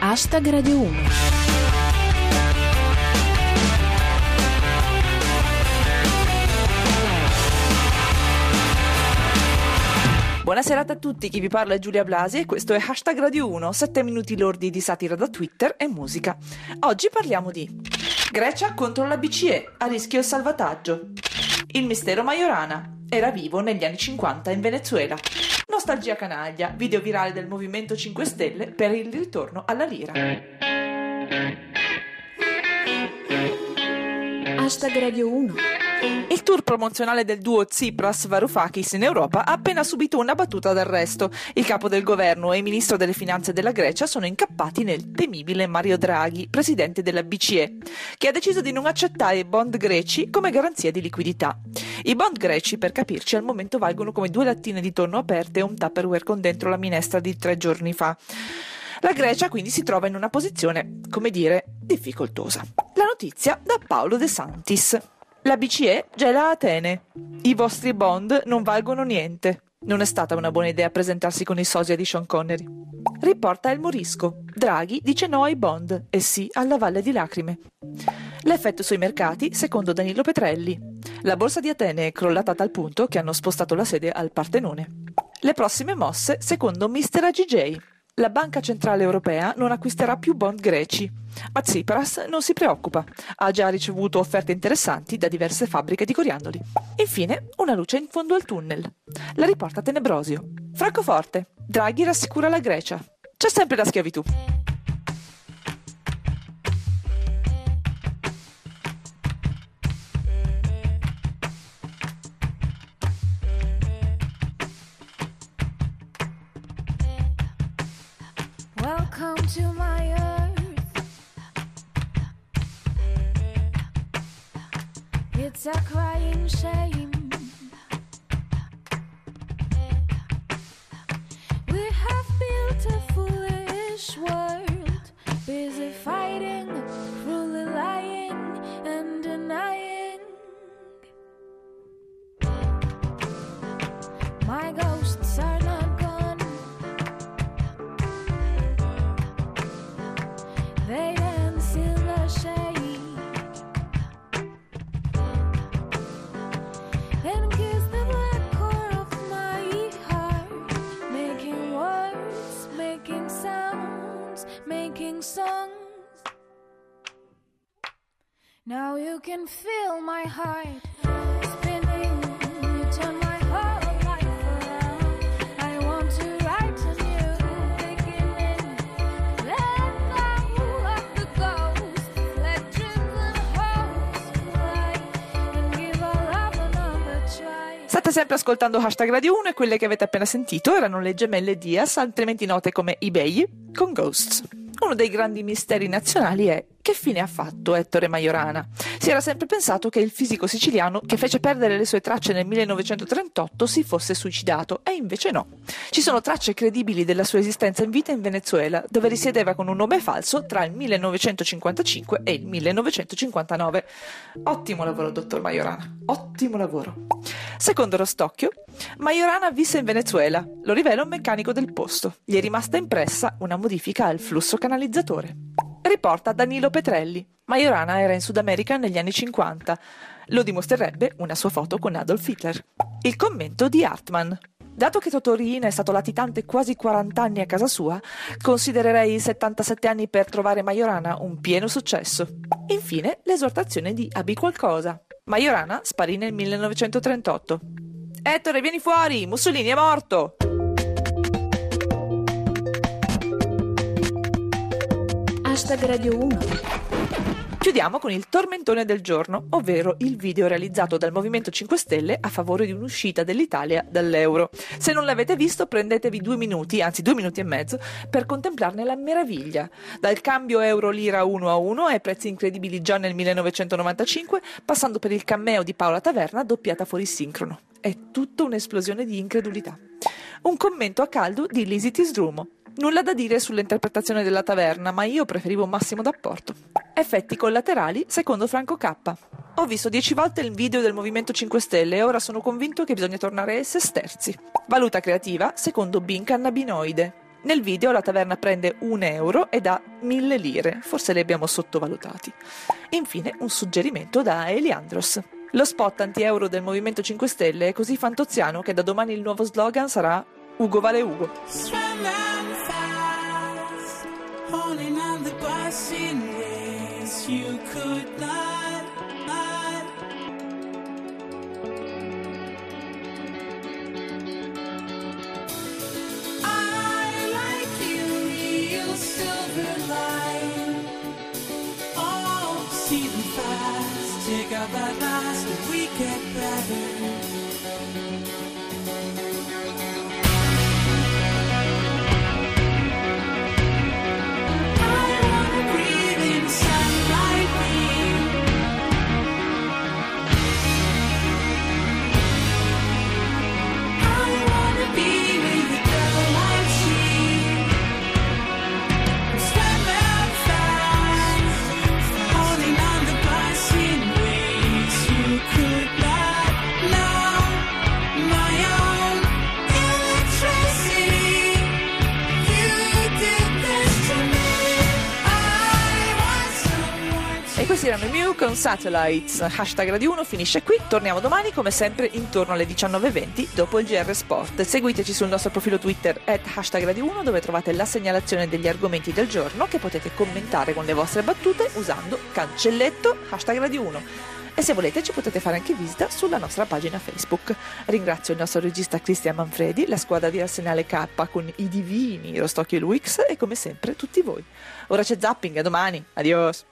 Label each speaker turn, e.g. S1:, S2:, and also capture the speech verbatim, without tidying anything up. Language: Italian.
S1: Hashtag Radio uno.
S2: Buona serata a tutti, chi vi parla è Giulia Blasi e questo è Hashtag Radio uno, sette minuti lordi di satira da Twitter e musica. Oggi parliamo di Grecia contro la B C E, a rischio il salvataggio. Il mistero Majorana, era vivo negli anni cinquanta in Venezuela. Nostalgia canaglia, video virale del Movimento cinque Stelle per il ritorno alla lira.
S1: Hashtag Radio uno.
S2: Il tour promozionale del duo Tsipras-Varoufakis in Europa ha appena subito una battuta d'arresto. Il capo del governo e il ministro delle finanze della Grecia sono incappati nel temibile Mario Draghi, presidente della B C E, che ha deciso di non accettare i bond greci come garanzia di liquidità. I bond greci, per capirci, al momento valgono come due lattine di tonno aperte e un Tupperware con dentro la minestra di tre giorni fa. La Grecia quindi si trova in una posizione, come dire, difficoltosa. La notizia da Paolo De Santis. La B C E gela Atene. I vostri bond non valgono niente. Non è stata una buona idea presentarsi con i sosia di Sean Connery. Riporta Il Morisco. Draghi dice no ai bond e sì alla Valle di Lacrime. L'effetto sui mercati, secondo Danilo Petrelli. La borsa di Atene è crollata a tal punto che hanno spostato la sede al Partenone. Le prossime mosse, secondo mister A G J. La Banca Centrale Europea non acquisterà più bond greci, ma Tsipras non si preoccupa, ha già ricevuto offerte interessanti da diverse fabbriche di coriandoli. Infine, una luce in fondo al tunnel. La riporta Tenebrosio. Francoforte. Draghi rassicura la Grecia. C'è sempre la schiavitù.
S3: Welcome to my earth. It's a crying shame. We have built a foolish world, busy fighting, cruelly lying and denying. My ghosts are not gone. They dance in the shade and kiss the black core of my heart, making words, making sounds, making songs. Now you can feel my heart spinning. You turn my whole life around. I want to write a new beginning. Let go of the ghosts. Let dreams and hopes fly and give our love another try.
S2: State sempre ascoltando Hashtag Radio uno e quelle che avete appena sentito erano le gemelle Diaz, altrimenti note come eBay, con Ghosts. Uno dei grandi misteri nazionali è che fine ha fatto Ettore Majorana. Si era sempre pensato che il fisico siciliano che fece perdere le sue tracce nel millenovecentotrentotto si fosse suicidato, e invece no. Ci sono tracce credibili della sua esistenza in vita in Venezuela, dove risiedeva con un nome falso tra il millenovecentocinquantacinque e il millenovecentocinquantanove. Ottimo lavoro, dottor Majorana, ottimo lavoro. Secondo Rostocchio, Majorana visse in Venezuela, lo rivela un meccanico del posto. Gli è rimasta impressa una modifica al flusso canalizzatore. Riporta Danilo Petrelli. Majorana era in Sud America negli anni cinquanta. Lo dimostrerebbe una sua foto con Adolf Hitler. Il commento di Hartmann. Dato che Totorina è stato latitante quasi quaranta anni a casa sua, considererei i settantasette anni per trovare Majorana un pieno successo. Infine, l'esortazione di Abbi qualcosa. Majorana sparì nel millenovecentotrentotto. Ettore, vieni fuori! Mussolini è morto!
S1: Hashtag Radio uno.
S2: Chiudiamo con il tormentone del giorno, ovvero il video realizzato dal Movimento cinque Stelle a favore di un'uscita dell'Italia dall'euro. Se non l'avete visto, prendetevi due minuti, anzi due minuti e mezzo, per contemplarne la meraviglia. Dal cambio euro-lira uno a uno ai prezzi incredibili già nel millenovecentonovantacinque, passando per il cameo di Paola Taverna doppiata fuori sincrono. È tutta un'esplosione di incredulità. Un commento a caldo di Lisi Tisdrumo. Nulla da dire sull'interpretazione della Taverna, ma io preferivo Massimo D'Apporto. Effetti collaterali, secondo Franco K. Ho visto dieci volte il video del Movimento cinque Stelle e ora sono convinto che bisogna tornare ai sesterzi. Valuta creativa, secondo Bin Cannabinoide. Nel video la taverna prende un euro e dà mille lire, forse li abbiamo sottovalutati. Infine un suggerimento da Eliandros. Lo spot anti-euro del Movimento cinque Stelle è così fantoziano che da domani il nuovo slogan sarà Ugo vale Ugo.
S4: Swimming fast, holding on the bus in ways you could not, not. I like you, real silver line. Oh, see them fast, take out that last, and we get better.
S2: E questi erano i Mew con Satellites. Hashtag Radio uno finisce qui, torniamo domani come sempre intorno alle diciannove e venti dopo il G R Sport. Seguiteci sul nostro profilo Twitter at hashtag Radio uno dove trovate la segnalazione degli argomenti del giorno che potete commentare con le vostre battute usando cancelletto hashtag Radio uno. E se volete ci potete fare anche visita sulla nostra pagina Facebook. Ringrazio il nostro regista Cristian Manfredi, la squadra di Arsenale K con i divini Rostocchio e Luix e come sempre tutti voi. Ora c'è zapping, a domani, adios!